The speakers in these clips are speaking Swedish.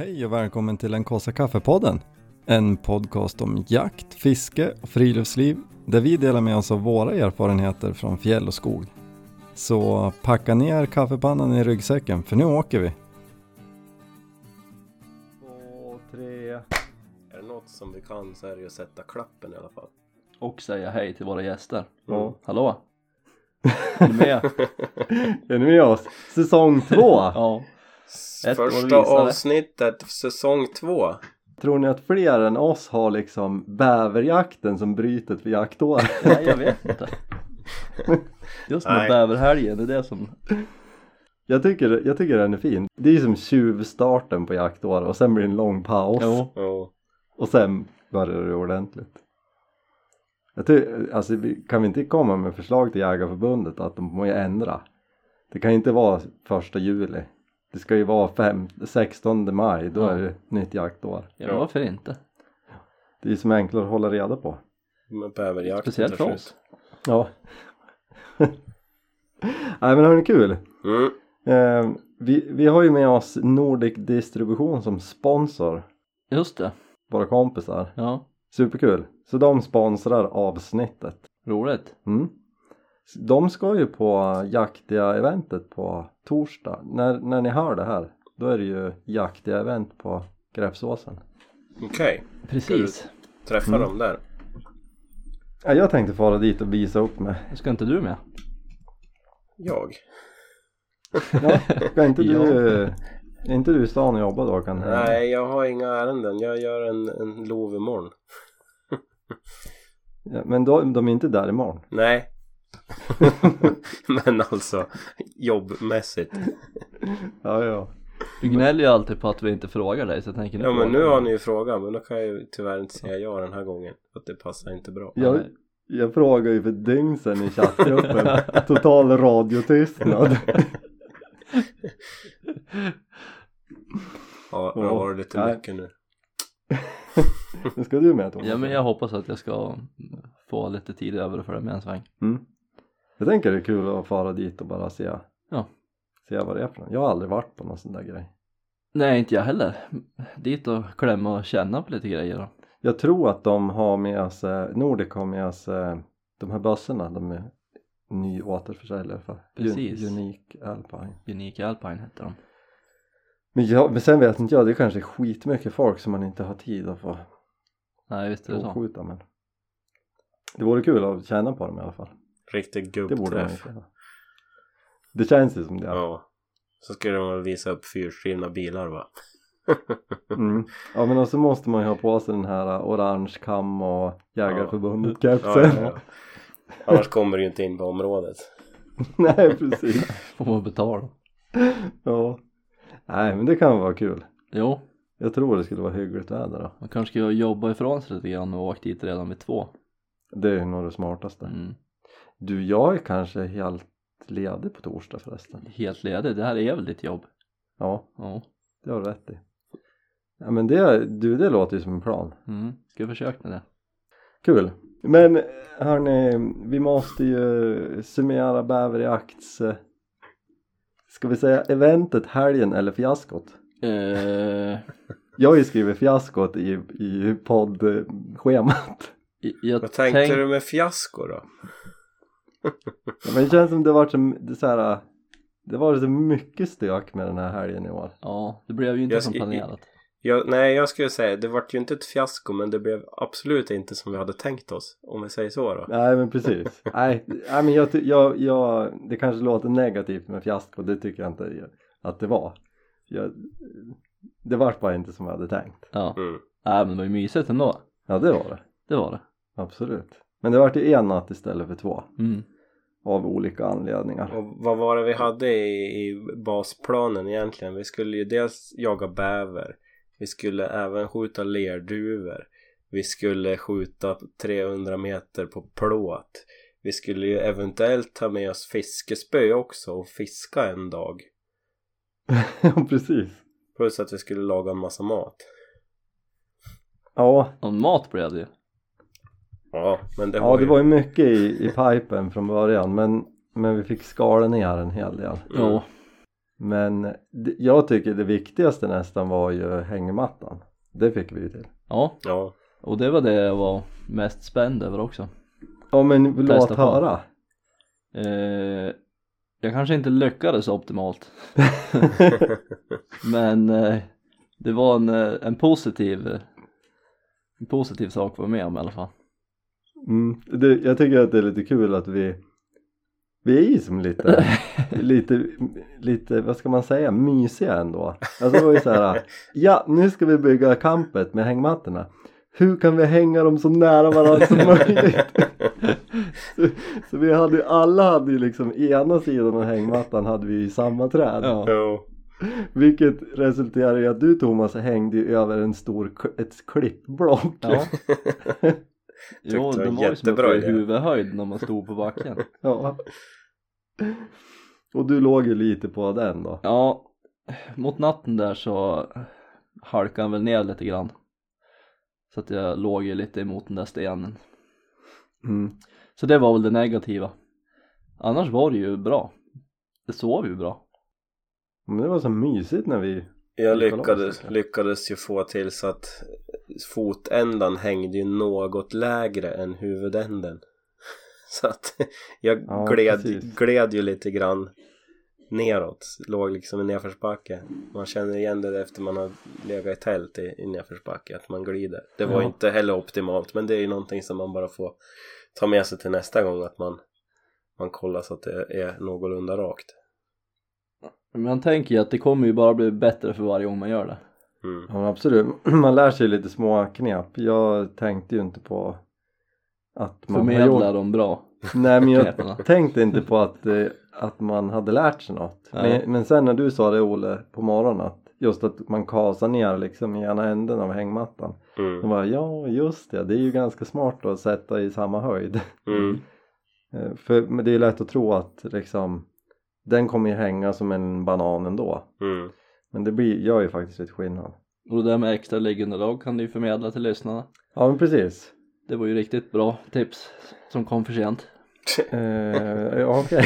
Hej och välkommen till en Kossa Kaffepodden. En podcast om jakt, fiske och friluftsliv där vi delar med oss av våra erfarenheter från fjäll och skog. Så packa ner kaffepannan i ryggsäcken för nu åker vi. 2, 3. Är det något som vi kan så är det att sätta klappen i alla fall. Och säga hej till våra gäster. Mm. Hallå? Är du med? Är ni med oss? Säsong 2. Ja. Första avsnittet, säsong 2. Tror ni att fler än oss har liksom bäverjakten som brytet för jaktår? Nej, jag vet inte. Just med Nej. bäverhelgen, det är det som... Jag tycker den är fin. Det är ju som tjuvstarten på jaktår och sen blir det en lång paus. Jo. Ja. Och sen börjar det ordentligt. Alltså, kan vi inte komma med förslag till Jägarförbundet att de må ju ändra? Det kan inte vara 1 juli. Det ska ju vara 16 maj. Då är det nytt jaktår. Ja, varför inte? Det är ju som enklare att hålla reda på. Med bäverjakt. Speciellt för oss. Ja. Nej, men det är kul. Mm. Vi har ju med oss Nordic Distribution som sponsor. Just det. Våra kompisar. Ja, Superkul. Så de sponsrar avsnittet. roligt. Mm. De ska ju på jaktiga eventet på torsdag. När ni hör det här, då är det ju jaktiga event på Gräpsåsen. Okej. Precis. Träffa dem där. Ja, jag tänkte fara dit och visa upp mig. Ska inte du med? Jag? Ja, ska inte du... Är inte du i stan och jobbar då? Nej, jag har inga ärenden. Jag gör en lov imorgon. Ja, men de är inte där imorgon. Nej. Men alltså, jobbmässigt. Ja. Du gnäller ju alltid på att vi inte frågar dig, så jag tänker... Ja, men nu har ni ju frågat. Men då kan jag ju tyvärr inte säga ja den här gången. För att det passar inte bra. Jag frågar ju för ett dygn sedan i chattgruppen. Total radiotystnad. Ja, det har varit lite mycket nu. Nu ska du med, Thomas. Ja, men jag hoppas att jag ska få lite tid över och följa med en sväng. Mm. Jag tänker det är kul att fara dit och bara se vad det är för något. Jag har aldrig varit på någon sån där grej. Nej, inte jag heller. Dit och klämma och känna på lite grejer då. Jag tror att de har med sig, Nordic har med sig de här bössorna, de är ny återförsäljare för. Precis. Unique Alpine. Unique Alpine heter de. Men sen vet inte jag, det är kanske skitmycket folk som man inte har tid att få Nej, visst är det så. skjuta, men det vore kul att känna på dem i alla fall. Riktigt Det borde man gubbträff. inte. Det känns ju som det. Ja. Så skulle de visa upp fyrstyrna bilar, va? Mm. Ja, men också måste man ju ha på sig den här orange kam och Jägarförbundet Ja, kepsen. ja. Annars kommer du ju inte in på området. Nej, precis. Får man betala. Ja. Nej, men det kan vara kul. Jo, Jag tror det skulle vara hyggligt väder då. man kanske ska jobba ifrån sig lite grann och åka dit redan vid 2. Det är nog det smartaste. Mm. Du, jag är kanske helt ledig på torsdag förresten. Helt ledig, det här är väl ditt jobb? Ja, Ja. det har du rätt i. Ja, men det låter ju som en plan. Ska jag försöka med det? Kul. Men hörni, vi måste ju summera bäverjakts... Ska vi säga eventet, helgen eller fiaskot? Jag har ju skrivit fiaskot i poddschemat. Vad tänkte du med fiasko då? Ja, men det känns som det var så mycket stök med den här helgen i år. Ja, det blev ju inte som planerat. Nej, jag skulle säga det var ju inte ett fiasko, men det blev absolut inte som vi hade tänkt oss, om vi säger så då. Nej, men precis. Nej, men jag det kanske låter negativt med fiasko, det tycker jag inte att det var. Det var bara inte som jag hade tänkt. Ja. Mm. Nej, men det var ju mysigt ändå. Ja, det var det. Det var det. Absolut. Men det var ju en natt istället för 2. Mm. Av olika anledningar. Och vad var det vi hade i basplanen egentligen? Vi skulle ju dels jaga bäver. Vi skulle även skjuta lerduvor. Vi skulle skjuta 300 meter på plåt. Vi skulle ju eventuellt ta med oss fiskespö också och fiska en dag. Ja, precis. Plus att vi skulle laga en massa mat. Ja. Och mat blev det ju. Ja, men det var ju mycket i pipen från början, men vi fick skala ner en hel del. Ja. Men jag tycker det viktigaste nästan var ju hängmattan. Det fick vi ju till. Ja. Och det var det jag var mest spänd över också. Ja, men låt höra. Jag kanske inte lyckades optimalt. Men det var en positiv sak att vara med om i alla fall. Jag tycker att det är lite kul att vi är ju som lite, vad ska man säga, mysiga ändå. Alltså det var ju så här, ja, nu ska vi bygga campet med hängmattorna. Hur kan vi hänga dem så nära varandra som möjligt? så vi hade alla liksom ena sidan av hängmattan hade vi i samma träd. Ja. Vilket resulterade i att du, Thomas, hängde ju över ett klippblock. Ja. Jo, det var ju som att få i huvudhöjd när man stod på backen. Ja. Och du låg ju lite på den då. Ja, mot natten där så halkade han väl ner lite grann. Så att jag låg ju lite emot den där stenen. Så det var väl det negativa. Annars var det ju bra. Det sov ju bra. Men det var så mysigt när vi... Jag lyckades ju få till så att fotändan hängde ju något lägre än huvudänden. Så att jag gled ju lite grann neråt. Låg liksom i nedförsbacke. Man känner igen det efter man har legat i tält i nedförsbacke, att man glider. Det var inte heller optimalt, men det är ju någonting som man bara får ta med sig till nästa gång, att man kollar så att det är någorlunda rakt. Men man tänker ju att det kommer ju bara bli bättre för varje gång man gör det. Ja, absolut. Man lär sig lite små knep. Jag tänkte ju inte på att man förmedlar dem bra. Nej, men jag tänkte inte på att man hade lärt sig något. Men sen när du sa det, Ole, på morgonen, att just att man kasar ner liksom i ena änden av hängmattan. Då var ja, just det. Det är ju ganska smart att sätta i samma höjd. Men det är lätt att tro att liksom den kommer ju hänga som en banan ändå. Men det gör ju faktiskt lite skillnad. Och det där med extra liggunderlag kan du ju förmedla till lyssnarna. Ja, men precis. Det var ju riktigt bra tips som kom för sent. Ja, okej.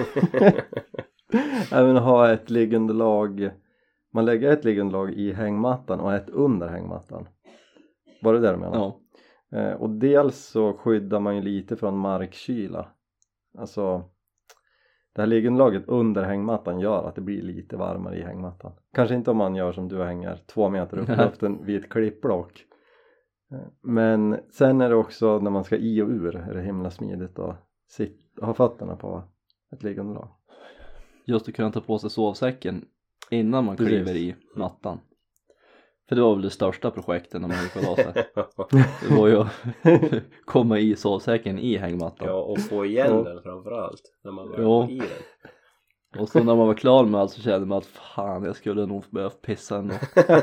Även ha ett liggunderlag. Man lägger ett liggunderlag i hängmattan och ett under hängmattan. Var det där du menade? Ja. Och dels så skyddar man ju lite från markkyla. Alltså det här liggunderlaget under hängmattan gör att det blir lite varmare i hängmattan. Kanske inte om man gör som du hänger 2 meter upp i luften vid ett klippblock. Men sen är det också när man ska i och ur är det himla smidigt att ha fötterna på ett liggunderlag. Just att kunna ta på sig sovsäcken innan man kliver i mattan. För det var väl det största projektet när man gick och la sig. Det var ju att komma i sovsäcken i hängmattan. Ja, och få igen den framförallt när man var i den. Och så när man var klar med allt så kände man att fan, jag skulle nog behöva pissa ändå.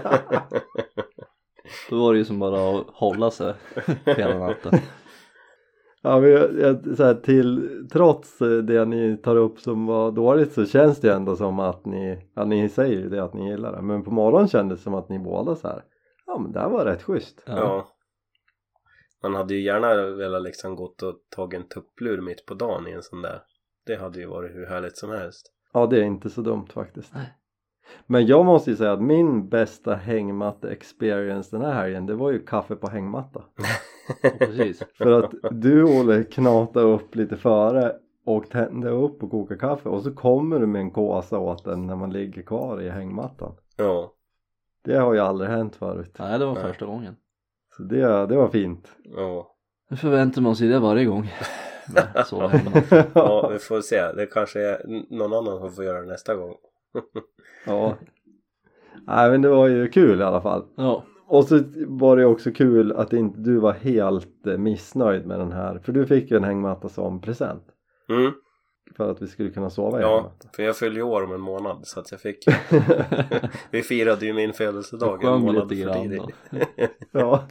Då var det ju som bara att hålla sig hela natten. Ja, men så här, trots det ni tar upp som var dåligt, så känns det ändå som att ni säger ju det att ni gillar det. Men på morgonen kändes det som att ni båda så här, ja men det här var rätt schysst. Ja. Man hade ju gärna velat liksom gått och tagit en tupplur mitt på dagen i en sån där. Det hade ju varit hur härligt som helst. Ja, det är inte så dumt faktiskt. Nej. Men jag måste ju säga att min bästa hängmatta experience den här helgen, det var ju kaffe på hängmatta. Precis. För att du, Olle, knatade upp lite före och tände upp och kokade kaffe. Och så kommer du med en kåsa åt den när man ligger kvar i hängmattan. Ja. Det har ju aldrig hänt förut. Nej, det var första gången. Så det var fint. Ja. Nu förväntar man sig det varje gång. Så ja, vi får se. Det kanske är någon annan som får göra det nästa gång. Ja. Nej, men det var ju kul i alla fall. Ja. Och så var det också kul att inte du var helt missnöjd med den här. För du fick ju en hängmatta som present. För att vi skulle kunna sova i hängmatta. För jag fyllde ju år om en månad. Så att jag fick vi firade ju min födelsedag en månad för tidigt. Ja.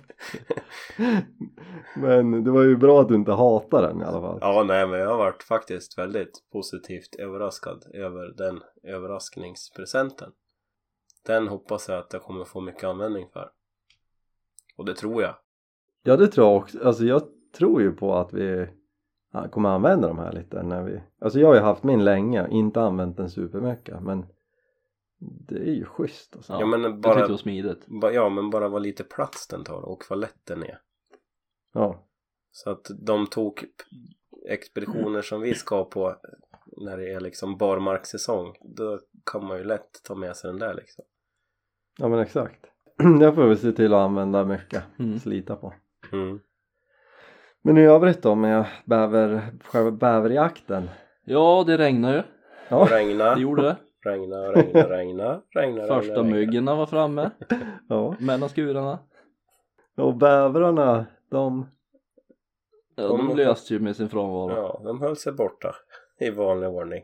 Men det var ju bra att du inte hatar den i alla fall. Ja, nej, men jag har varit faktiskt väldigt positivt överraskad över den överraskningspresenten. Den hoppas jag att jag kommer få mycket användning för. Och det tror jag. Ja, det tror jag också. Alltså jag tror ju på att vi kommer använda de här lite när vi... Alltså jag har ju haft min länge, inte använt den supermycket. Men Det är ju schysst alltså. Ja, men jag tyckte bara, det var smidigt. ja, men bara vad lite plats den tar och vad lätt den är. Ja. Så att de tog expeditioner som vi ska på när det är liksom barmarkssäsong, då kan man ju lätt ta med sig den där liksom. Ja men exakt. Jag får väl se till att använda mycket. Slita på. Men i övrigt då med själva bäverjakten. Ja, det regnar ju. Ja. Regna. Det gjorde det. Regna. Första myggorna var framme. Ja. Mellan skurarna. Och bävrarna, de löste ju med sin frånvaro. Ja, de höll sig borta i vanlig ordning.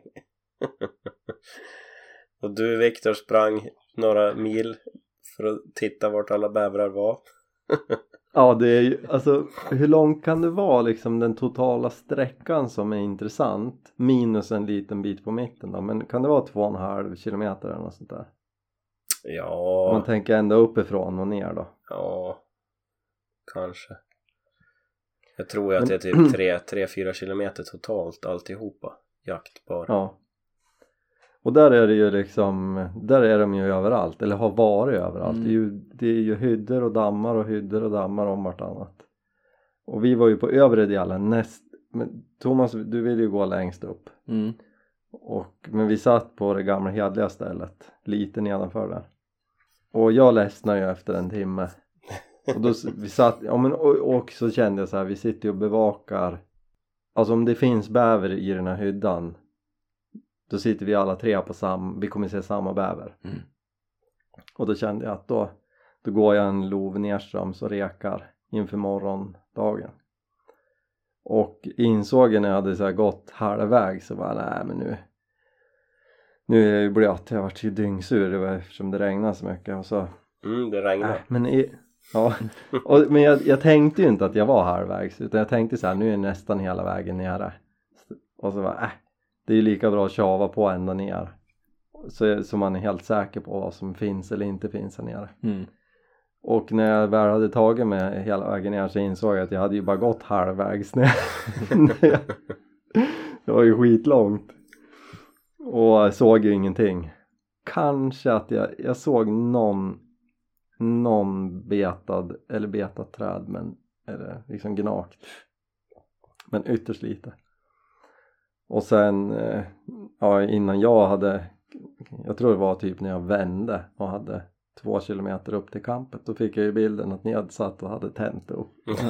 Och du, Viktor, sprang några mil för att titta vart alla bävrar var. Ja, det är ju, alltså hur långt kan det vara liksom den totala sträckan som är intressant minus en liten bit på mitten då, men kan det vara 2,5 kilometer eller något sånt där? Ja. Man tänker ända uppifrån och ner då. Ja, kanske. Jag tror att det är typ 3-4 kilometer totalt alltihopa, jaktbar. Ja. Och där är det ju liksom, där är de ju överallt, eller har varit överallt. Det är ju hyddor och dammar om vartannat. Och vi var ju på övre delen men Thomas, du ville ju gå längst upp. Men vi satt på det gamla hedliga stället, lite nedanför där. Och jag ledsnade ju efter en timme. Och då vi satt, ja men och så kände jag så här, vi sitter ju och bevakar, alltså om det finns bäver i den här hyddan, då sitter vi alla tre på vi kommer se samma bäver. Och då kände jag att då går jag en lov nerströms och rekar inför morgondagen. Och insåg när jag hade så här gått halvväg så var nej men nu är jag ju blöt, jag vart ju dyngsur, det var eftersom det regnade så mycket och så det regnade. Ja, men jag tänkte ju inte att jag var halvvägs, utan jag tänkte så här, nu är jag nästan hela vägen nere. Och så var det är ju lika bra att tjava på ända ner. Så man är helt säker på vad som finns eller inte finns här nere. Och när jag väl hade tagit mig hela vägen ner så insåg jag att jag hade ju bara gått halvvägs ner. Det var ju skitlångt. Och såg ju ingenting. Kanske att jag såg någon betat träd, men eller liksom gnagt, men ytterst lite. Och sen innan jag tror det var typ när jag vände och hade 2 kilometer upp till campet, då fick jag ju bilden att nedsatt och hade tänt upp.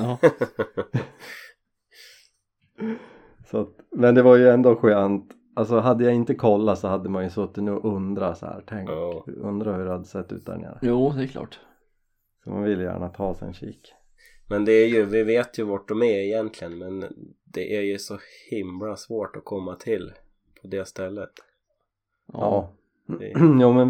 Så att, men det var ju ändå skönt. Alltså hade jag inte kollat så hade man ju suttit nu och undrat så här, undra hur det hade sett ut där nere. Jo, det är klart. Så man vill gärna ta sig en kik. Men det är ju, vi vet ju vart de är egentligen, men det är ju så himla svårt att komma till på det stället. Ja. Jo, men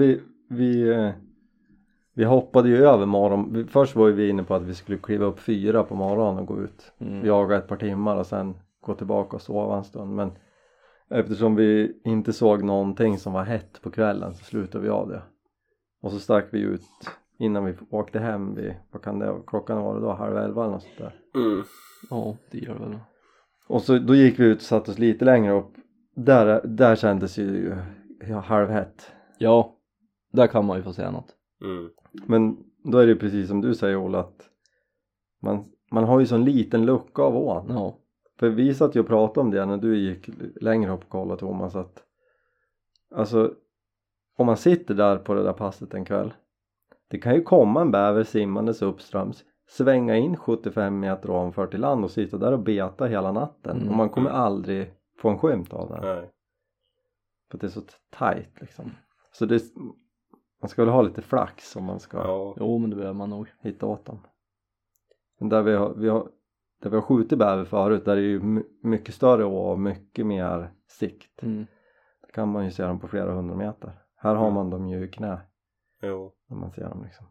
vi hoppade ju över morgon. Först var vi inne på att vi skulle kliva upp 4 på morgonen och gå ut. Jaga ett par timmar och sen gå tillbaka och sova en stund. Men eftersom vi inte såg någonting som var hett på kvällen så slutade vi av det. Och så stack vi ut innan vi åkte hem klockan var det då 10:30 eller något sånt där. Ja, det gör det väl. Och så då gick vi ut och satt oss lite längre upp. Där kändes ju halvhett. Ja, där kan man ju få säga något. Men då är det precis som du säger, Ola, att man har ju sån liten lucka av ån. Ja. För vi satt ju och pratade om det när du gick längre upp och kollade, Thomas, att alltså om man sitter där på det där passet en kväll, det kan ju komma en bäver simmandes uppströms, svänga in 75 meter ovanför till land och sitta där och beta hela natten. Och man kommer aldrig få en skymt av det. Nej. För det är så tajt liksom. Så man ska väl ha lite flax om man ska Jo, men det behöver man nog hitta åt dem. Men där vi har skjutit bäver förut, där är ju mycket större och mycket mer sikt. Där kan man ju se dem på flera 100 meter. Här har man dem ju i knä. Jo. När man ser dem liksom.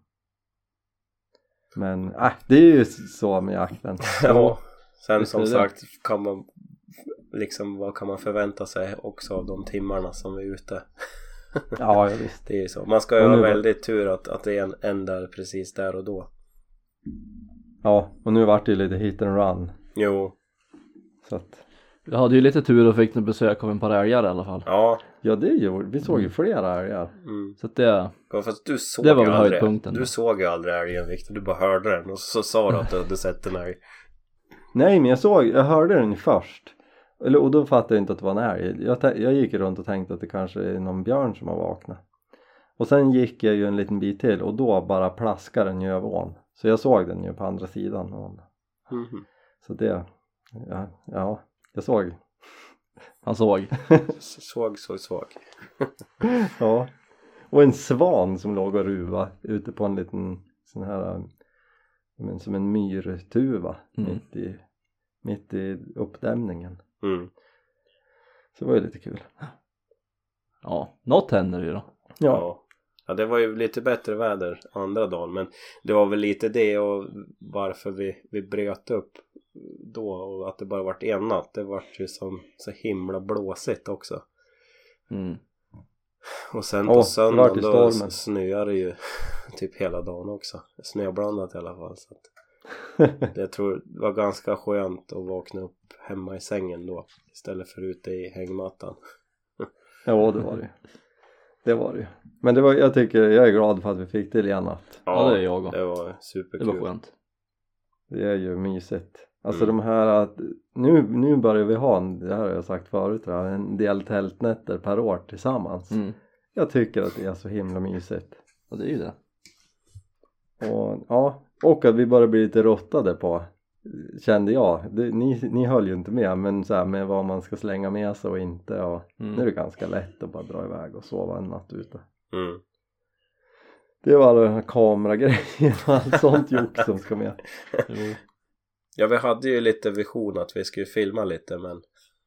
Men det är ju så med jakten. Ja. Sen som sagt kan man liksom, vad kan man förvänta sig också av de timmarna som vi är ute. Ja, visst. Det är ju så. Man ska ju ha väldigt tur att det är en där precis där och då. Ja, och nu vart det lite hit and run. Jo. Så att Jag hade ju lite tur och fick besök av en par älgar i alla fall. Ja, det gjorde vi. såg ju flera älgar. Så att det... Ja, fast du såg det var ju väl aldrig. höjdpunkten. Du såg ju aldrig älgen, Victor. Du bara hörde den och så sa du att du hade sett den älg. Nej, men jag hörde den först. Och då fattade jag inte att det var en älg. Jag gick runt och tänkte att det kanske är någon björn som har vaknat. Och sen gick jag ju en liten bit till och då bara plaskade den ju över ån. Så jag såg den ju på andra sidan ån. Så det, ja, jag såg. Han såg. Såg. Ja. Och en svan som låg och ruva ute på en liten sån här, som en myrtuva mitt i uppdämningen. Så det var ju lite kul. Ja, något händer ju då. Ja, det var ju lite bättre väder andra dagen, men det var väl lite det och varför vi bröt upp då och att det bara vart en natt. Det vart ju som så himla blåsigt också. Och sen på söndagen då snöade det ju typ hela dagen också. Snöblandat i alla fall, så att jag tror det var ganska skönt att vakna upp hemma i sängen då istället för ute i hängmattan. Ja, det var det. Det var det. Men jag är glad för att vi fick till en natt. Ja, det är jag också. Det var superkul. Det var skönt. Det är ju mysigt. Alltså de här att nu börjar vi ha det här har jag sagt förut, en del tältnätter per år tillsammans. Jag tycker att det är så himla mysigt. Ja, det är ju det. Och att vi bara blir lite rottade på, kände jag. Ni höll ju inte med, men så här med vad man ska slänga med sig och inte. Och nu är det ganska lätt att bara dra iväg och sova en natt ute. Det var den här kameragrejen och allt sånt jock som ska med. Ja, vi hade ju lite vision att vi skulle filma lite, men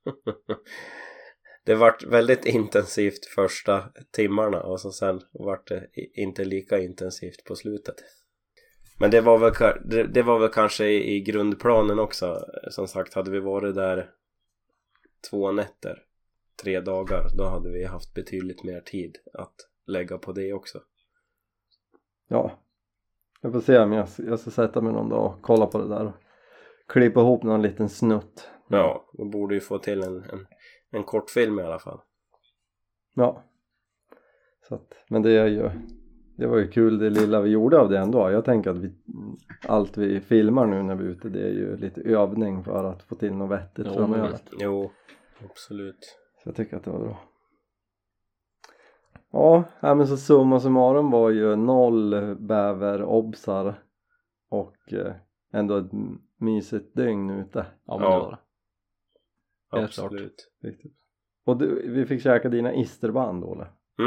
det vart väldigt intensivt första timmarna och så sen vart det inte lika intensivt på slutet. Men det var väl kanske i grundplanen också. Som sagt, hade vi varit där 2 nätter, 3 dagar, då hade vi haft betydligt mer tid att lägga på det också. Ja, jag får se om jag ska sätta mig någon dag och kolla på det där och klippa ihop någon liten snutt. Ja, vi borde ju få till en kortfilm i alla fall. Ja, så att, men det var ju kul det lilla vi gjorde av det ändå. Jag tänker att allt vi filmar nu när vi är ute, det är ju lite övning för att få till något vettigt framöver. Jo, absolut. Så jag tycker att det var bra. Ja, men så summa summarum var ju 0 bäverobsar och ändå ett mysigt dygn ute. Ja, men det var det. Absolut. Och vi fick käka dina isterband, Olle.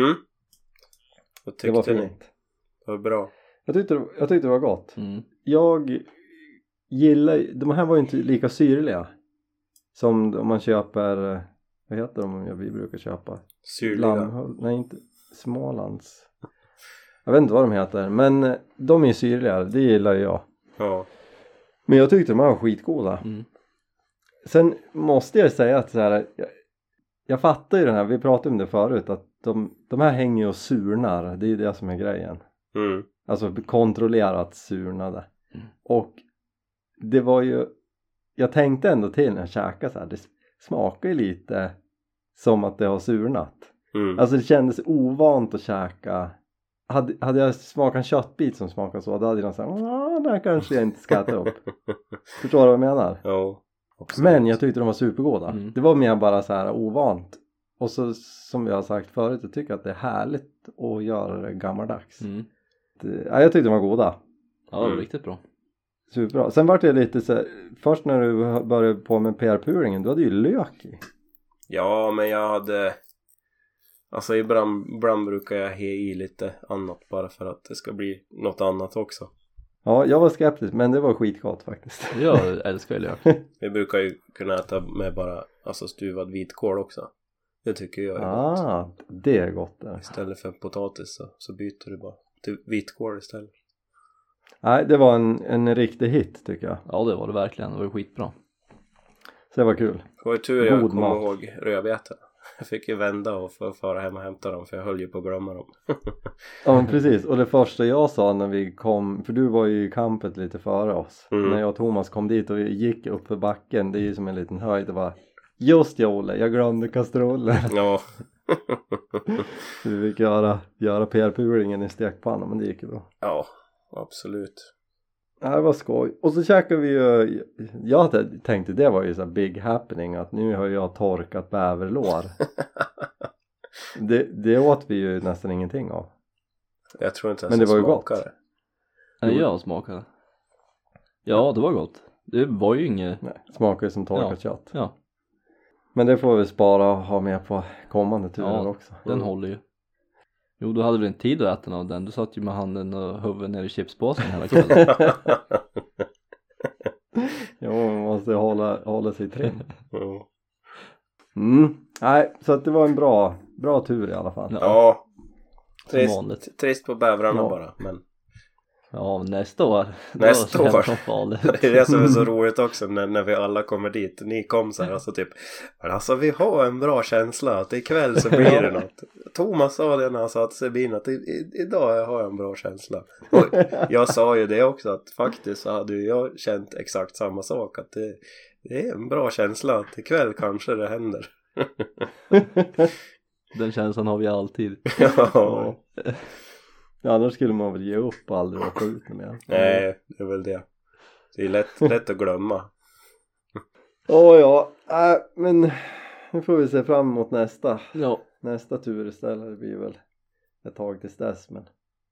Det var fint. Det var bra. Jag tyckte det var gott. Jag gillar, de här var ju inte lika syrliga som om man köper, vad heter de vi brukar köpa? Syrliga? Nej, inte Smålands. Jag vet inte vad de heter, men de är syrliga, det gillar jag. Ja. Men jag tyckte de här var skitgoda. Sen måste jag säga att så här, jag fattar ju den här, vi pratade om det förut, att de här hänger och surnar, det är ju det som är grejen. Alltså kontrollerat surnade. Och det var ju, jag tänkte ändå till när jag käkade så här, det smakar ju lite som att det har surnat. Alltså det kändes ovant att käka. Hade jag smakat en köttbit som smakade så, då hade jag sagt, där kanske jag inte ska äta upp. Förstår du vad jag menar? Ja. Men jag tyckte de var supergoda. Det var mer bara så här ovant. Och så som jag har sagt förut, jag tycker att det är härligt att göra det gammaldags. Jag tyckte de var goda. Ja, det var riktigt bra. Superbra. Sen var det lite så här, först när du började på med PR-puringen, du hade ju lök i. Ja, men jag hade, alltså ibland brukar jag he i lite annat bara för att det ska bli något annat också. Ja, jag var skeptisk, men det var skitgott faktiskt. Jag älskar lök. Vi brukar ju kunna äta med bara stuvad vitkål också. Det tycker jag är gott. Det är gott det. Istället för potatis så byter du bara till vitkål istället. Nej, det var en riktig hit tycker jag. Ja, det var det verkligen. Det var skitbra. Så det var kul. Det var ju tur jag kom ihåg rödbetor. Jag fick ju vända och fara hem och hämta dem, för jag höll ju på att glömma dem. Ja, men precis. Och det första jag sa när vi kom, för du var ju i campet lite före oss. När jag och Thomas kom dit och vi gick upp för backen, det är ju som en liten höjd. Det var Just det, Olle, jag glömde kastrullen. Ja. Vi fick göra PR-pulingen i stekpannan, men det gick ju bra. Ja, absolut. Det var skoj. Och så käkade vi ju, jag tänkte det var ju så big happening att nu har jag torkat bäverlår. det åt vi ju nästan ingenting av. Jag tror inte men det var ju gott. Nej, jag smakade. Ja, det var gott. Det var ju inget... Nej, smakar ju som torkat kött. Ja. Men det får vi spara och ha med på kommande turer också. Den håller ju. Jo, du hade väl inte tid att äta av den. Du satt ju med handen och huvudet ner i chipspåsen hela kvällen. Jo, man måste hålla sig trim. Nej, så att det var en bra tur i alla fall. Ja. Trist på bävrarna bara, men... Ja, nästa år. Nästa år. Det är det som är så roligt också när vi alla kommer dit. Ni kom så här och så typ, men alltså vi har en bra känsla att ikväll så blir det något. Thomas sa det när han sa till Sabine att idag har jag en bra känsla. Och jag sa ju det också att faktiskt så hade jag känt exakt samma sak. Att det är en bra känsla att ikväll kanske det händer. Den känslan har vi alltid. Ja. Ja, annars skulle man väl ge upp och aldrig åka ut med mer. Nej, det är väl det. Det är lätt att glömma. Men nu får vi se fram emot nästa tur istället. Det blir väl ett tag tills dess, men...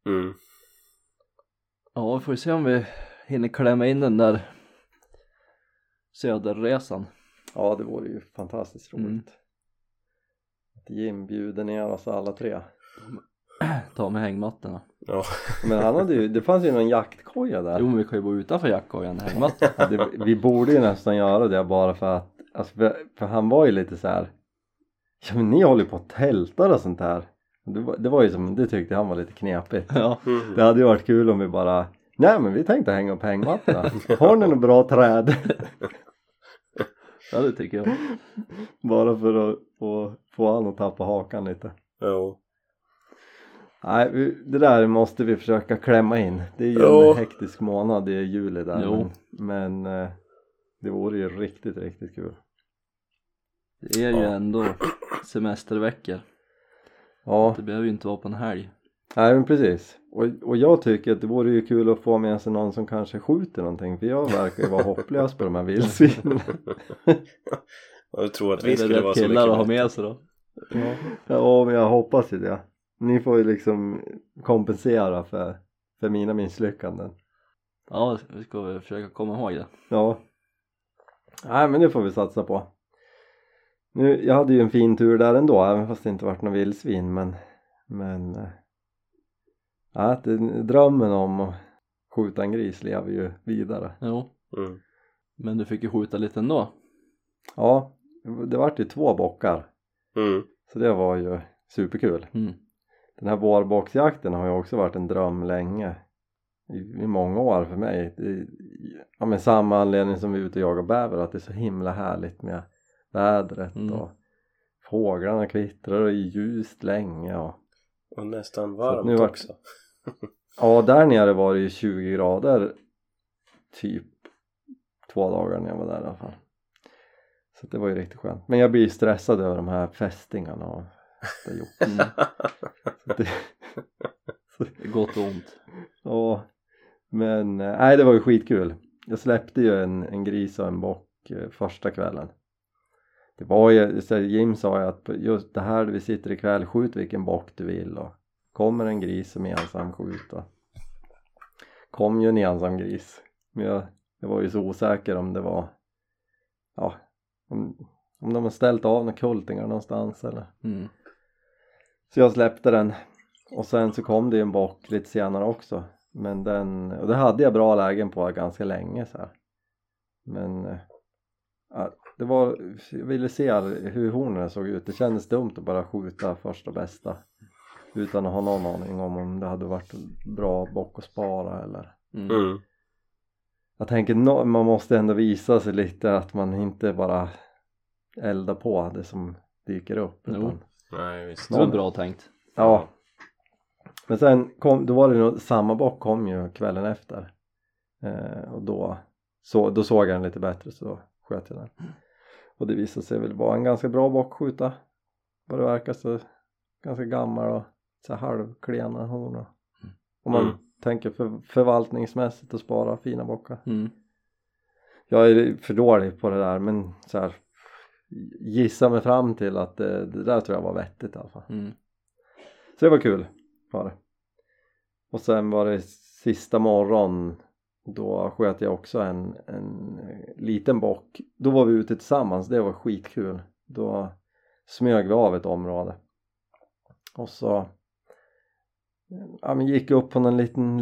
Ja, vi får se om vi hinner klämma in den där söderresan. Ja, det vore ju fantastiskt roligt. Att Jim bjuder ner oss alla 3. Ta med hängmattorna. Ja. Men han hade ju, det fanns ju någon jaktkoja där. Jo, men vi kan ju bo utanför jaktkojan, hängmattorna. Vi borde ju nästan göra det bara för att, alltså för han var ju lite så här. Ja, men ni håller på att tälta och sånt här. Det var ju som, det tyckte han var lite knepigt. Ja. Det hade ju varit kul om vi bara, nej men vi tänkte hänga upp hängmattorna. Har ni något bra träd? Ja, det tycker jag. Bara för att få han att tappa hakan lite. Jo. Nej, det där måste vi försöka klämma in. Det är ju en hektisk månad i juli där. Men det vore ju riktigt, riktigt kul. Det är ju ändå semesterveckor. Ja. Det behöver ju inte vara på en helg. Nej, men precis. Och jag tycker att det vore ju kul att få med sig någon som kanske skjuter någonting. För jag verkar ju vara hopplös på de här vildsvinen. Jag tror att vi skulle vara så mycket killar att ha med sig då. Ja, men jag hoppas ju det. Ni får ju liksom kompensera för mina misslyckanden. Ja, vi ska försöka komma ihåg det. Ja. Nej, men det får vi satsa på. Jag hade ju en fin tur där ändå, även fast det inte varit någon vildsvin. Men drömmen om att skjuta en gris lever ju vidare. Jo. Men du fick ju skjuta lite ändå. Ja, det vart ju 2 bockar. Så det var ju superkul. Den här vårbocksjakten har ju också varit en dröm länge. I många år för mig. Men samma anledning som vi är ute och jagar bäver. Att det är så himla härligt med vädret. Och fåglarna kvittrar och är ljust länge. Och nästan varmt också. Ja, där nere var det ju 20 grader. Typ 2 dagar när jag var där i alla fall. Så det var ju riktigt skönt. Men jag blir stressad över de här fästingarna och det gjort. Det är gott och ont. Ja, men nej, det var ju skitkul. Jag släppte ju en gris och en bock första kvällen. Det var ju, så Jim sa ju att just det här vi sitter ikväll, skjut vilken bock du vill, och kommer en gris som är ensam, skjut. Kom ju en ensam gris. Men jag var ju så osäker om det var, om de har ställt av några kultingar någonstans eller. Så jag släppte den. Och sen så kom det en bock lite senare också. Men och det hade jag bra lägen på ganska länge så här. Men det var, jag ville se hur hornen såg ut. Det kändes dumt att bara skjuta första bästa utan att ha någon aning om det hade varit bra bock att spara eller. Jag tänker man måste ändå visa sig lite att man inte bara eldar på det som dyker upp. Nej, visst. Det var bra tänkt. Ja. Men sen då var det nog, samma bock kom ju kvällen efter. Och då såg jag den lite bättre, så då sköt jag den. Och det visade sig väl vara en ganska bra bockskjuta. Vad det verkar så ganska gammal och så halvklena horn. Om man tänker förvaltningsmässigt att spara fina bockar. Jag är för dålig på det där, men så här gissa mig fram till att det där tror jag var vettigt i alla fall. Så det var kul var det. Och sen var det sista morgon, då sköt jag också en liten bock. Då var vi ute tillsammans, det var skitkul. Då smög vi av ett område. Och så gick upp på en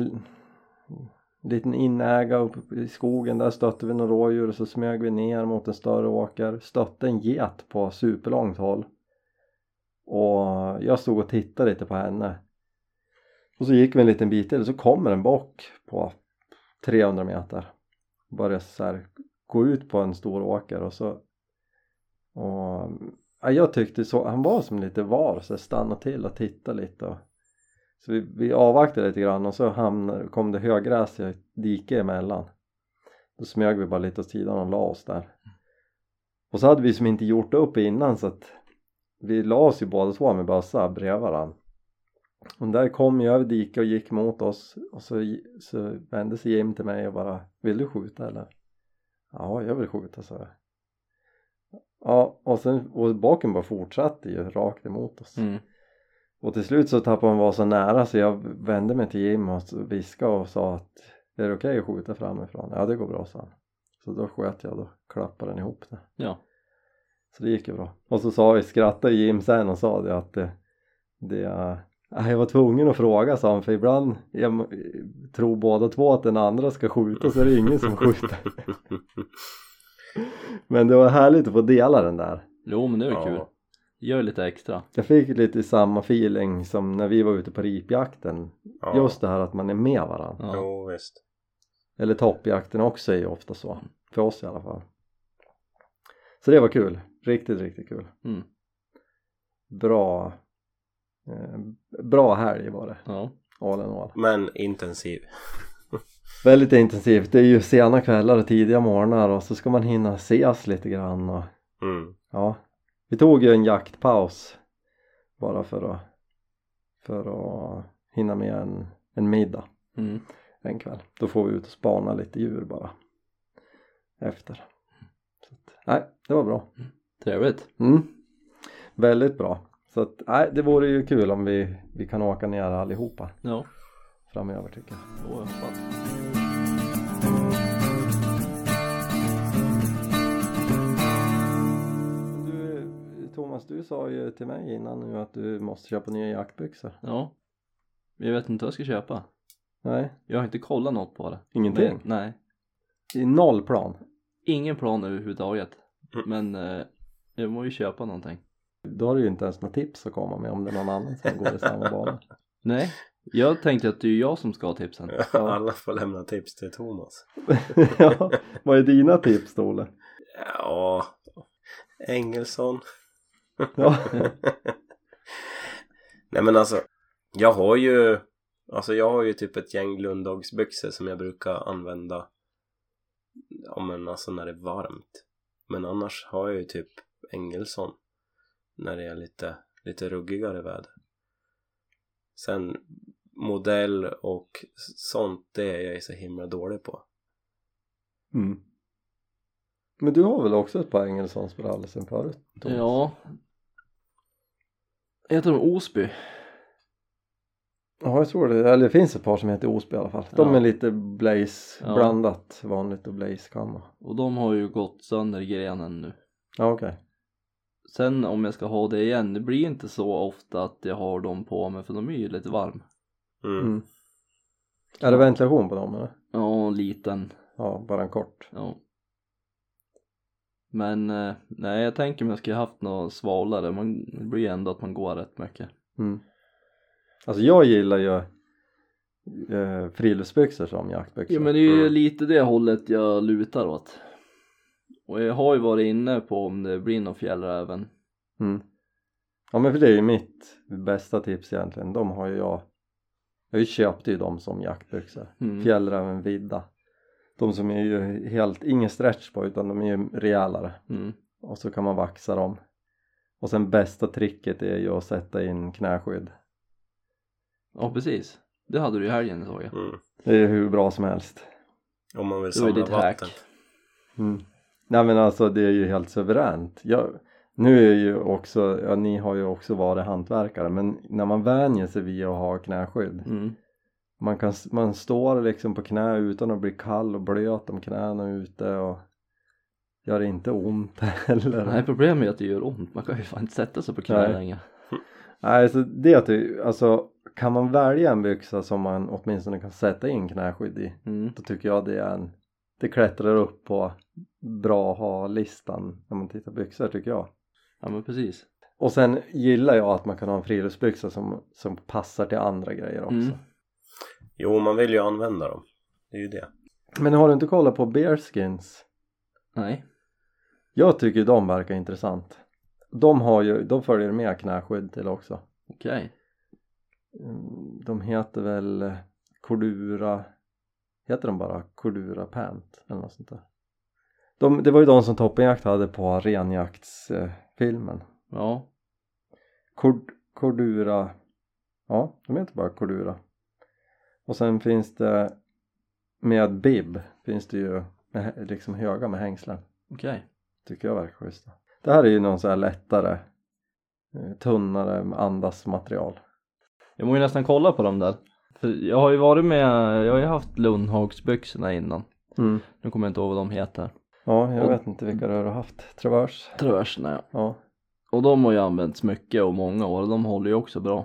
liten inäga upp i skogen. Där stötte vi några rådjur och så smög vi ner mot en större åker. Stötte en get på superlångt håll. Och jag stod och tittade lite på henne. Och så gick vi en liten bit till och så kommer en bock på 300 meter. Började så här gå ut på en stor åker och så. Och jag tyckte så, han var som lite var, så jag stannade till och tittade lite. Och, så vi avvaktade lite grann och så kom det högräs i ett dike emellan. Då smög vi bara lite åt sidan och la oss där. Och så hade vi som inte gjort upp innan, så att vi la oss ju båda två med bössa bredvid varandra. Och där kom jag över diket och gick mot oss. Och så vände sig Jim till mig och bara, vill du skjuta eller? Ja, jag vill skjuta, så jag. Ja, och baken bara fortsatte ju rakt emot oss. Och till slut så tappade han var så nära så jag vände mig till Jim och viskade och sa att är det okej att skjuta framifrån? Ja, det går bra, sa han. Så då sköt jag, då klappade den ihop det. Ja. Så det gick ju bra. Och så skrattade Jim sen och sa det att jag var tvungen att fråga, sa han, för ibland jag tror båda två att den andra ska skjuta, så är det ingen som skjuter. Men det var härligt att få dela den där. Jo, men det var kul. Gör lite extra. Jag fick lite samma feeling som när vi var ute på ripjakten. Just det här att man är med varandra. Jo, visst. Eller toppjakten också är ju ofta så. För oss i alla fall. Så det var kul. Riktigt, riktigt kul. Bra helg var det. Ja. All in all. Men intensiv. Väldigt intensivt. Det är ju sena kvällar och tidiga morgnar. Och så ska man hinna ses lite grann. Och, ja. Vi tog ju en jaktpaus. Bara för att hinna med en middag. En kväll. Då får vi ut och spana lite djur bara. Efter. Så att, nej, det var bra. Trevligt. Väldigt bra. Så att, nej, det vore ju kul om vi kan åka ner allihopa. Ja. Framöver tycker jag. Jag fattar. Thomas, du sa ju till mig innan nu att du måste köpa nya jaktbyxor. Ja. Jag vet inte vad jag ska köpa. Nej. Jag har inte kollat något på det. Ingenting? Nej. I noll plan? Ingen plan överhuvudtaget. Men jag må ju köpa någonting. Då har du ju inte ens några tips att komma med om det är någon annan som går i samma bana. Nej. Jag tänkte att det är jag som ska ha tipsen. Ja. Alla får lämna tips till Thomas. Ja. Vad är dina tips då, Olle? Ja. Engelsson. Ja. Nej men alltså jag har ju typ ett gäng Lundagsbyxor som jag brukar använda alltså när det är varmt. Men annars har jag ju typ Engelsson när det är lite ruggigare väder. Sen modell och sånt, det är jag så himla dålig på. Men du har väl också ett par Engelssons brallor sen förut, Thomas? Ja. Heter de Osby? Ja, jag tror det. Eller det finns ett par som heter Osby i alla fall. De är lite blaze, blandat vanligt och blaze kamma. Och de har ju gått sönder grenen nu. Ja, okej. Sen om jag ska ha det igen, det blir inte så ofta att jag har dem på mig, för de är ju lite varm. Är det ventilation på dem eller? Ja, liten. Ja, bara en kort. Ja. Men nej, jag tänker om jag skulle haft något svalare. Det blir ju ändå att man går rätt mycket. Alltså jag gillar ju friluftsbyxor som jaktbyxor. Ja, men det är ju lite det hållet jag lutar åt. Och jag har ju varit inne på om det blir någon fjällräven. Ja, men för det är ju mitt bästa tips egentligen. De har ju jag köpte ju dem som jaktbyxor. Fjällräven vidda. De som är ju helt ingen stretch på, utan de är ju rejälare. och så kan man vaxa dem. Och sen bästa tricket är ju att sätta in knäskydd. Ja, precis. Det hade du i helgen, såg jag. Det är hur bra som helst. Om man vill Det var samla ditt vatten. hack. Nej men alltså det är ju helt suveränt. Nu är ju också, ni har ju också varit hantverkare, men när man vänjer sig vid att ha knäskydd. Man står liksom på knä utan att bli kall och blöt om knäna ute och gör inte ont heller. Nej, problemet är att det gör ont. Man kan ju fan inte sätta sig på knä längre. Nej, så det att alltså kan man välja en byxa som man åtminstone kan sätta in knäskydd i, då tycker jag det klättrar upp på bra ha-listan när man tittar byxor, tycker jag. Ja, men precis. Och sen gillar jag att man kan ha en friluftsbyxa som passar till andra grejer också. Jo, man vill ju använda dem. Det är ju det. Men har du inte kollat på Bearskins? Nej. Jag tycker de verkar intressant. De följer med knäskydd till också. Okej. De heter väl Cordura. Heter de bara Cordura Pant eller något sånt där. Det var ju de som Toppenjakt hade på renjaktsfilmen. Ja. Cordura. Ja, de heter bara Cordura. Och sen finns det med bib finns det ju liksom höga med hängslen. Okej. Tycker jag verkar schysst. Det här är ju någon så här lättare, tunnare andas-material. Jag måste ju nästan kolla på dem där. För jag har ju varit med, jag har ju haft Lundhagsbyxorna innan. Nu kommer jag inte ihåg vad de heter. Ja, jag vet inte vilka du har haft. Traverserna, ja. Och de har ju använts mycket och många år och de håller ju också bra.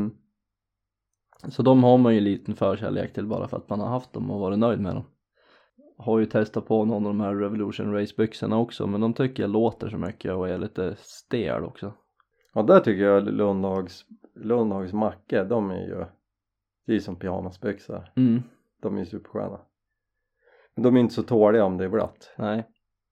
Så de har man ju en liten förkärlek till bara för att man har haft dem och varit nöjd med dem. Har ju testat på någon av de här Revolution Race-byxorna också, men de tycker jag låter så mycket och är lite stel också. Ja, där tycker jag Lundhags Macke, det är som pyjamasbyxor. De är supersköna. Men de är inte så tåliga om det är blött. Nej.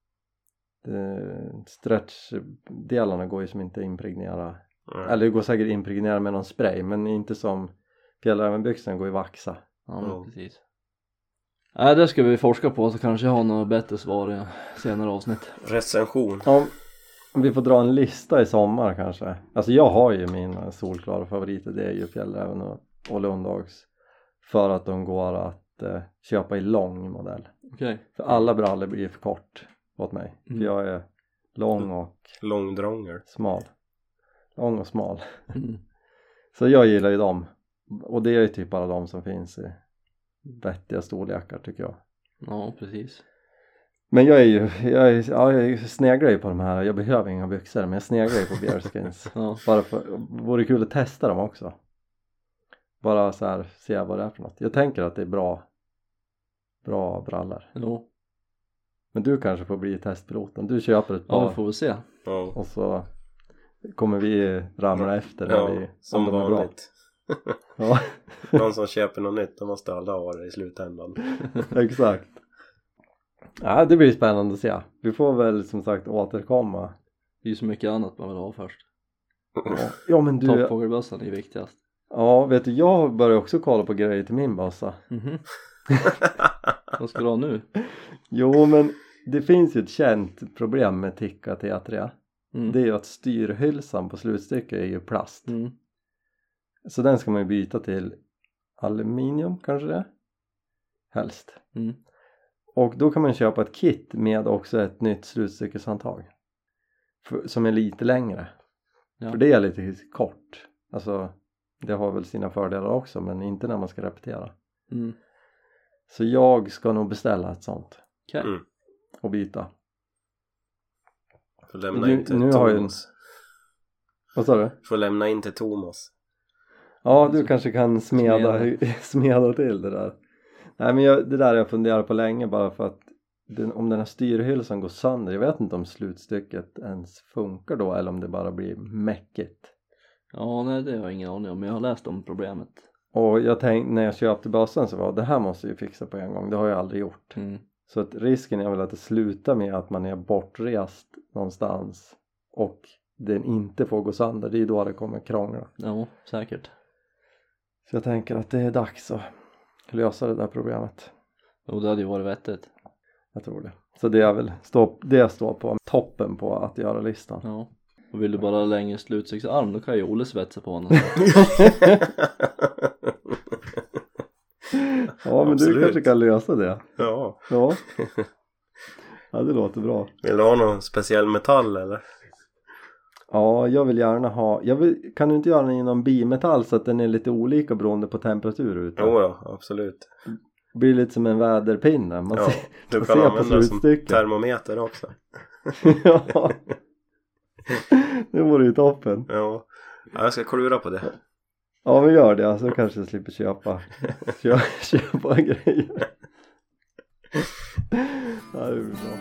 Stretchdelarna går ju som inte impregnera. Eller det går säkert impregnera med någon spray, men inte som fjällrävenbyxorna går i vaxa. Ja, precis. Nej, det ska vi forska på, så kanske jag har något bättre svar i senare avsnitt. Recension. Ja, om vi får dra en lista i sommar kanske. Alltså jag har ju mina solklara favoriter. Det är ju fjällräven och Lundhags. För att de går att köpa i lång modell. Okej. För alla brallor blir för kort åt mig. För jag är lång och långdrångel. Smal. Lång och smal. Så jag gillar ju dem. Och det är ju typ bara de som finns i vettiga storlekar tycker jag. Ja, precis. Men jag sneglar ju på de här. Jag behöver inga byxor, men jag sneglar ju på Bearskins. Bara för, vore kul att testa dem också. Bara så här, se vad det är för något. Jag tänker att det är bra brallor. Jo. Men du kanske får bli testpiloten. Du köper ett par. Ja, får vi se. Och så kommer vi ramla efter. Ja, som de är vanligt. Ja. Någon som köper något nytt, de måste alla ha det i slutändan. Exakt. Ja, det blir spännande att se. Vi får väl som sagt återkomma. Det är ju så mycket annat man vill ha först. Ja, men du... Toppfågelbössan är viktigast. Ja, vet du, jag börjar också kolla på grejer till min bössa. Vad ska du ha nu? Jo, men det finns ju ett känt problem med Tikka T3. Det är ju att styrhylsan på slutstycket är ju plast. Så den ska man ju byta till aluminium, kanske det? Helst. Och då kan man köpa ett kit med också ett nytt slutstyckeshandtag. Som är lite längre. Ja. För det är lite kort. Alltså, det har väl sina fördelar också, men inte när man ska repetera. Så jag ska nog beställa ett sånt. Okej. Och byta. Får lämna in till Thomas. Vad sa du? Får lämna in till Thomas. Ja, du kanske kan smeda till det där. Nej, men det där har jag funderat på länge, bara för att om den här styrhylsan går sönder, jag vet inte om slutstycket ens funkar då, eller om det bara blir mäckigt. Ja, nej, det har jag ingen aning om, men jag har läst om problemet. Och jag tänkte, när jag köpte bössan så var det här måste jag fixa på en gång, det har jag aldrig gjort. Så att risken är väl att det slutar med att man är bortrest någonstans och den inte får gå sönder, det är då det kommer krångla. Ja, säkert. Så jag tänker att det är dags att lösa det där problemet. Och det hade ju varit vettigt. Jag tror det. Så det är väl det står på toppen på att göra listan. Ja. Och vill du bara längre slutstegsarm, då kan ju Olle svetsa på honom. Ja, men Absolut. du kanske kan lösa det. Ja. Ja. Ja, det låter bra. Vill du ha någon speciell metall eller? Ja, jag vill gärna ha... kan du inte göra den i någon bimetall så att den är lite olika beroende på temperatur ute? Jo då, absolut. Det blir lite som en väderpinne. Man Ja, ser, du man kan ser på använda som slutstycket. termometer också. Ja. Det vore ju toppen. Ja, jag ska klura på det. Ja, men gör det. Så kanske jag slipper köpa grejer. Ja, det blir bra.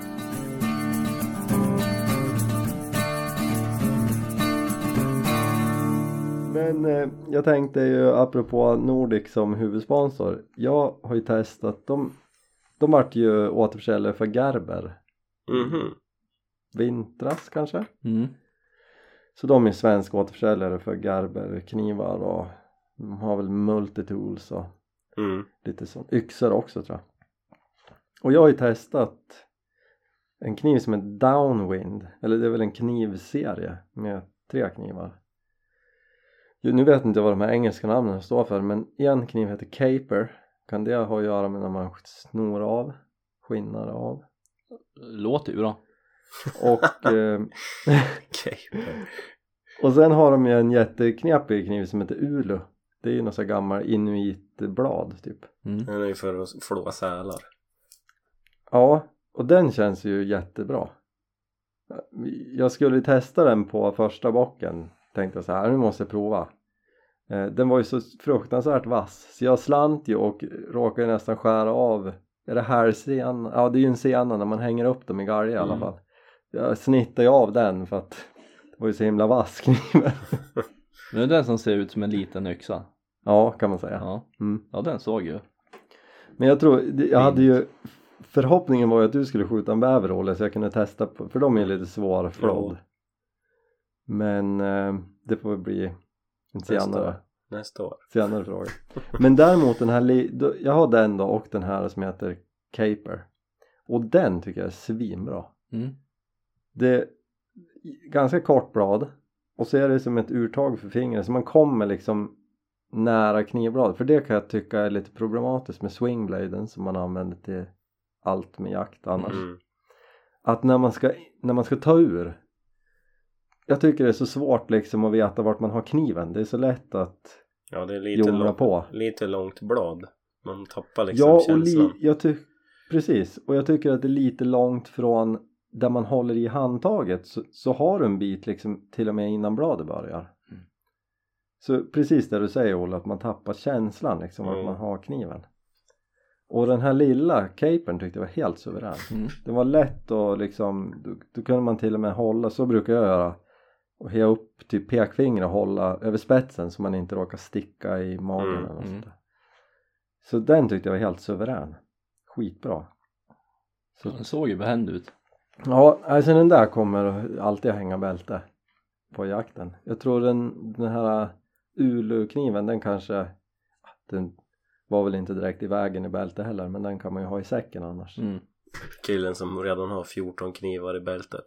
Men jag tänkte ju apropå Nordic som huvudsponsor. Jag har ju testat. De vart ju återförsäljare för Gerber. Mhm. Vintras kanske. Mm. Så de är svensk återförsäljare för Gerber knivar och de har väl multitools och lite sånt. Yxor också tror jag. Och jag har ju testat en kniv som är Downwind. Eller det är väl en knivserie med 3 knivar. Nu vet inte vad de här engelska namnen står för, men en kniv heter Caper. Kan det ha att göra med när man snor av, skinnar av? Låter ju bra. Och Caper. och sen har de ju en jätteknepig kniv som heter Ulu. Det är ju något så gammal inuitblad typ. Den är ju för att flå sälar. Ja, och den känns ju jättebra. Jag skulle testa den på första bocken. Tänkte jag så här, nu måste jag prova. Den var ju så fruktansvärt vass. Så jag slant ju och råkade nästan skära av. Är det här sen? Ja, det är ju en sena när man hänger upp dem i galge i alla fall. Jag snittade ju av den för att det var ju så himla vass kniven. Det är den som ser ut som en liten yxa. Ja, kan man säga. Ja, Mm. ja den såg ju. Men jag tror, jag hade ju, förhoppningen var ju att du skulle skjuta en bäverrolle så jag kunde testa på, för de är lite svårflådd. Men det får bli en Nästa år. senare fråga. Men däremot den här, jag har den då och den här som heter Caper. Och den tycker jag är svinbra. Det är ganska kort blad. Och så är det som ett urtag för fingret. Så man kommer liksom nära knivblad. För det kan jag tycka är lite problematiskt med swingbladen som man använder till allt med jakt annars. Att när man ska ta ur. Jag tycker det är så svårt liksom att veta vart man har kniven. Det är så lätt att ja, det är lite långt blad. Man tappar liksom känslan. Precis. Och jag tycker att det är lite långt från där man håller i handtaget. Så har du en bit liksom till och med innan bladet börjar. Så precis det du säger Ola, att man tappar känslan liksom vart man har kniven. Och den här lilla capern tyckte jag var helt suverän. Det var lätt och liksom, då kunde man till och med hålla, så brukar jag göra. Och heja upp till pekfingret och hålla över spetsen så man inte råkar sticka i magen eller något sånt där. Så den tyckte jag var helt suverän. Skitbra. Så den såg ju behändig ut. Ja, alltså den där kommer alltid att hänga bälte på jakten. Jag tror den här Ulu-kniven, den kanske, den var väl inte direkt i vägen i bälte heller, men den kan man ju ha i säcken annars. Killen som redan har 14 knivar i bältet.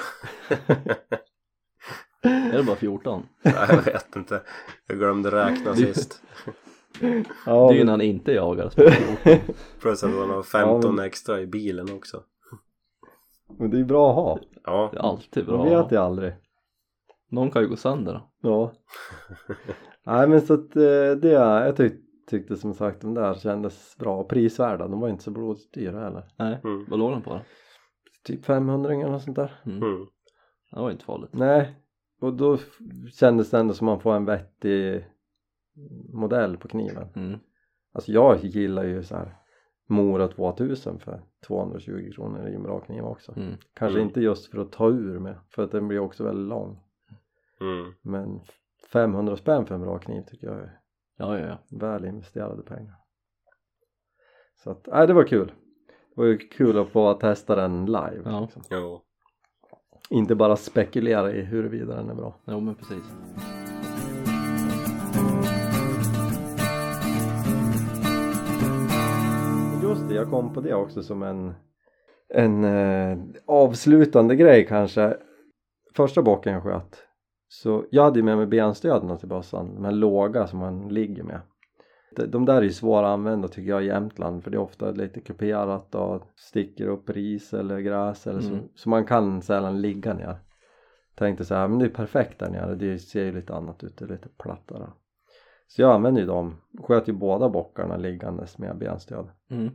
Är det bara 14? Nej, jag vet inte. Jag glömde räkna sist. Ja, det är ju när han inte jagar. Plus att det var 15 extra i bilen också. Men det är bra att ha. Ja. Det är alltid bra. Man vet det aldrig. Någon kan ju gå sönder då. Ja. Nej, men så att det jag tyckte som sagt de där kändes bra och prisvärda. De var inte så bloddyra heller. Nej, vad låg de på då? Typ 500 eller något sånt där. Det var inte farligt. Nej, och då kändes det ändå som man får en vettig modell på kniven. Alltså jag gillar ju så här Mora 2000 för 220 kronor i en bra kniv också. Kanske inte just för att ta ur med, för att den blir också väldigt lång. Men 500 spänn för en bra kniv tycker jag är väl investerade pengar. Så att, nej, det var kul. Det var ju kul att få testa den live. Ja. Liksom. Jo. Inte bara spekulera i huruvida den är bra. Jo, men precis. Just det, jag kom på det också som en avslutande grej kanske. Första bocken jag sköt, så jag hade ju med mig benstöden till bössan, de här låga som man ligger med. De där är ju svåra att använda tycker jag i Jämtland, för det är ofta lite kuperat och sticker upp ris eller gräs eller så man kan sällan ligga ner. Tänkte så här, men det är perfekt där nere, det ser ju lite annat ut, det är lite plattare. Så jag använde ju dem, sköt ju båda bockarna liggandes med benstöd.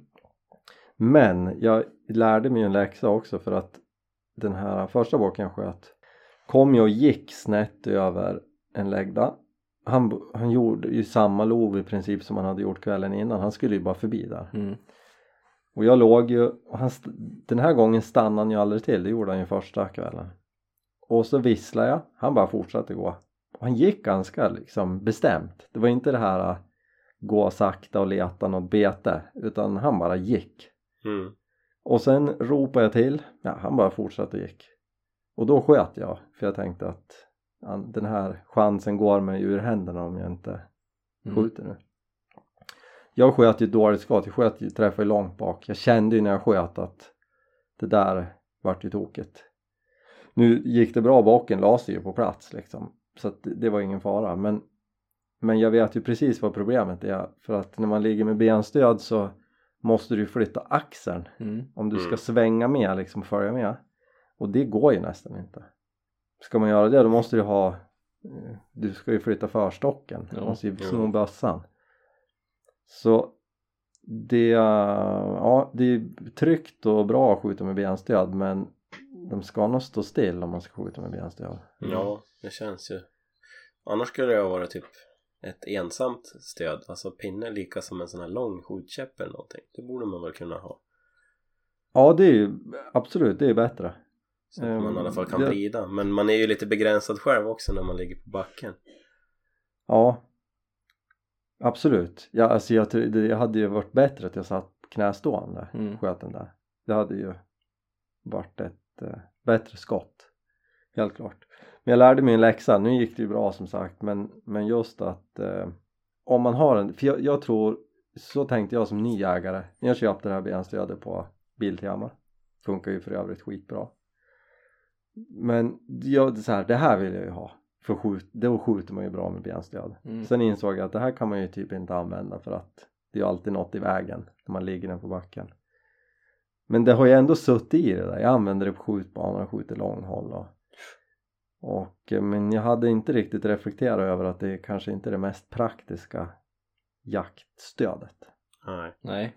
Men jag lärde mig en läxa också, för att den här första bocken jag sköt kom ju och gick snett över en läggda. Han gjorde ju samma lov i princip som han hade gjort kvällen innan. Han skulle ju bara förbi där. Och jag låg ju, och den här gången stannade han ju aldrig till. Det gjorde han ju första kvällen. Och så visslade jag, han bara fortsatte gå. Och han gick ganska liksom bestämt. Det var inte det här gå sakta och leta något bete, utan han bara gick. Och sen ropade jag till, han bara fortsatte och gick. Och då sköt jag, för jag tänkte att den här chansen går mig ur händerna om jag inte skjuter nu. Jag sköt ju dåligt skott, jag träffade långt bak. Jag kände ju när jag sköt att det där vart ju tokigt. Nu gick det bra, baken la sig ju på plats liksom. Så att det var ingen fara. Men jag vet ju precis vad problemet är. För att när man ligger med benstöd så måste du flytta axeln. Om du ska svänga med liksom, följa med. Och det går ju nästan inte. Ska man göra det, då måste du ska ju flytta förstocken. Du måste ju sno bössan. Så det är tryggt och bra att skjuta med benstöd, men de ska nog stå still om man ska skjuta med benstöd. Ja, det känns ju. Annars skulle det vara typ ett ensamt stöd, alltså pinne lika som en sån här lång skjutkäpp eller någonting. Det borde man väl kunna ha. Ja, det är ju absolut, det är bättre. Så att man i alla fall kan vrida. Men man är ju lite begränsad själv också när man ligger på backen. Ja, absolut. Ja, alltså jag hade ju varit bättre att jag satt knästående, sköt den där. Det hade ju varit ett bättre skott, helt klart. Men jag lärde mig en läxa. Nu gick det ju bra som sagt, men just att om man har en, för jag tror, så tänkte jag som ny jägare när jag köpte det här benstödet på Biltema. Funkar ju för övrigt skitbra. Men det här vill jag ju ha, för då skjuter man ju bra med benstöd. Sen insåg jag att det här kan man ju typ inte använda, för att det är ju alltid något i vägen när man ligger ner på backen. Men det har ju ändå suttit i det där. Jag använder det på skjutbanor och skjuter långhåll men jag hade inte riktigt reflekterat över att det kanske inte är det mest praktiska jaktstödet. Nej.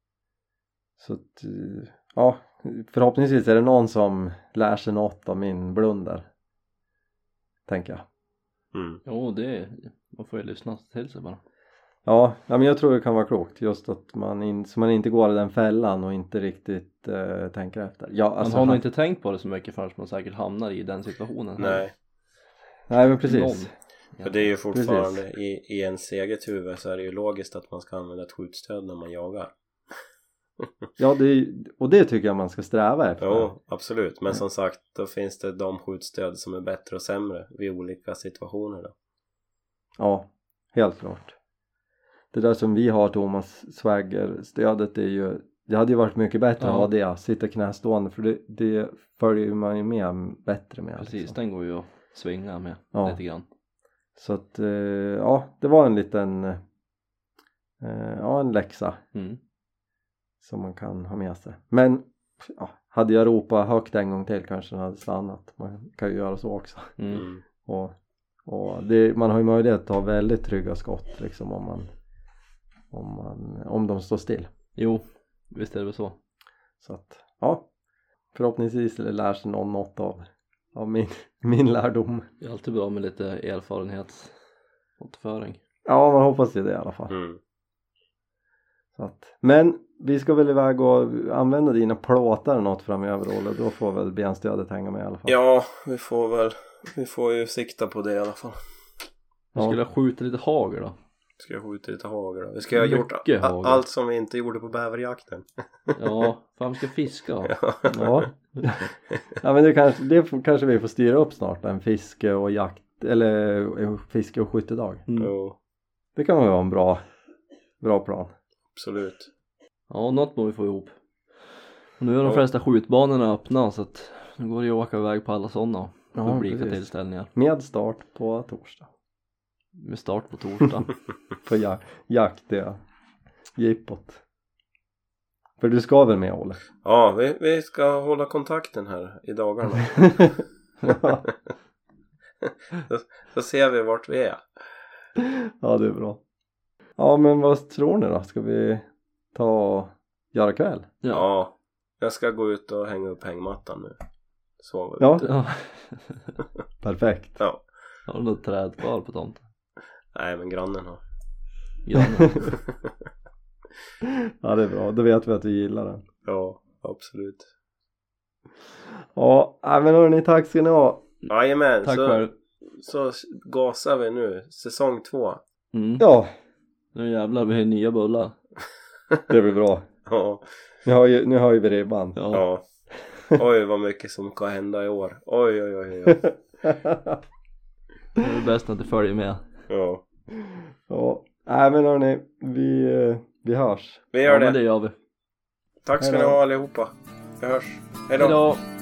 Så att, ja, förhoppningsvis är det någon som lär sig något av min blunder, tänker jag. Jo, man får ju lyssna till sig bara. Ja, men jag tror det kan vara klokt just att så man inte går i den fällan och inte riktigt tänker efter. Ja, alltså, man har nog inte tänkt på det så mycket förrän man säkert hamnar i den situationen. Nej, men precis. För det är ju fortfarande i ens eget huvud så är det ju logiskt att man ska använda ett skjutstöd när man jagar. Ja, det tycker jag man ska sträva efter. Jo, absolut. Men som sagt, då finns det de skjutstöd som är bättre och sämre vid olika situationer då. Ja, helt klart. Det där som vi har, Thomas Swagger-stödet, det hade ju varit mycket bättre att ha det, sitta knästående, för det följer man ju med bättre med. Precis, liksom. Den går ju att svinga med lite grann. Så att, det var en liten en läxa som man kan ha med sig. Men hade jag ropat högt en gång till kanske den hade stannat. Man kan ju göra så också. Och man har ju möjlighet att ta väldigt trygga skott liksom, om de står still. Jo, visst är det väl så. Så att, förhoppningsvis lär sig något av min lärdom. Det är alltid bra med lite erfarenhetsåterföring. Ja, man hoppas ju det i alla fall. Så att, men vi ska väl iväg och använda dina plåtar eller något framöver, Olle. Då får väl benstödet hänga med i alla fall. Ja, vi får ju sikta på det i alla fall. Vi skulle ha skjutit lite hagel då. Ska jag skjuta lite hagel då? Vi ska ha gjort allt som vi inte gjorde på bäverjakten. Ja, fan vi ska fiska. Ja, men det kanske vi får styra upp snart. En fiske och jakt, eller fiske och skyttedag. Det kan vara en bra plan. Absolut. Ja, något må vi få ihop. Och nu är de flesta skjutbanorna öppna så att nu går det ju att åka iväg på alla sådana publika precis. tillställningar. Med start på torsdag. Med start på torsdag. På jakt, ja. Jippot. För du ska väl med, Olle? Ja, vi ska hålla kontakten här i dagarna. Så ser vi vart vi är. Ja, det är bra. Ja, men vad tror ni då? Ska vi ta och göra kväll? Ja, jag ska gå ut och hänga upp hängmattan nu. Sova Ja. ute. Ja. Perfekt. Ja. Har du något träd kvar på tomten? Nej, men grannen har. Grannen. Ja, det är bra. Då vet vi att vi gillar den. Ja, absolut. Ja, men hörni, tack ska ni ha. Jajamän, Tack själv. så gasar vi nu. Säsong 2. Mm. Ja, Nu jävlar, vi har nya bullar. det blir bra. Ja. Nu har ju vi ribban. Ja. Oj, vad mycket som kan hända i år. Oj. Det är bäst att du följer med. Ja. Ja, nej men hörni, vi hörs. Vi gör det. Men det gör vi. Tack ska Hej ni då. ha allihopa. Vi hörs. Hej då. Hejdå.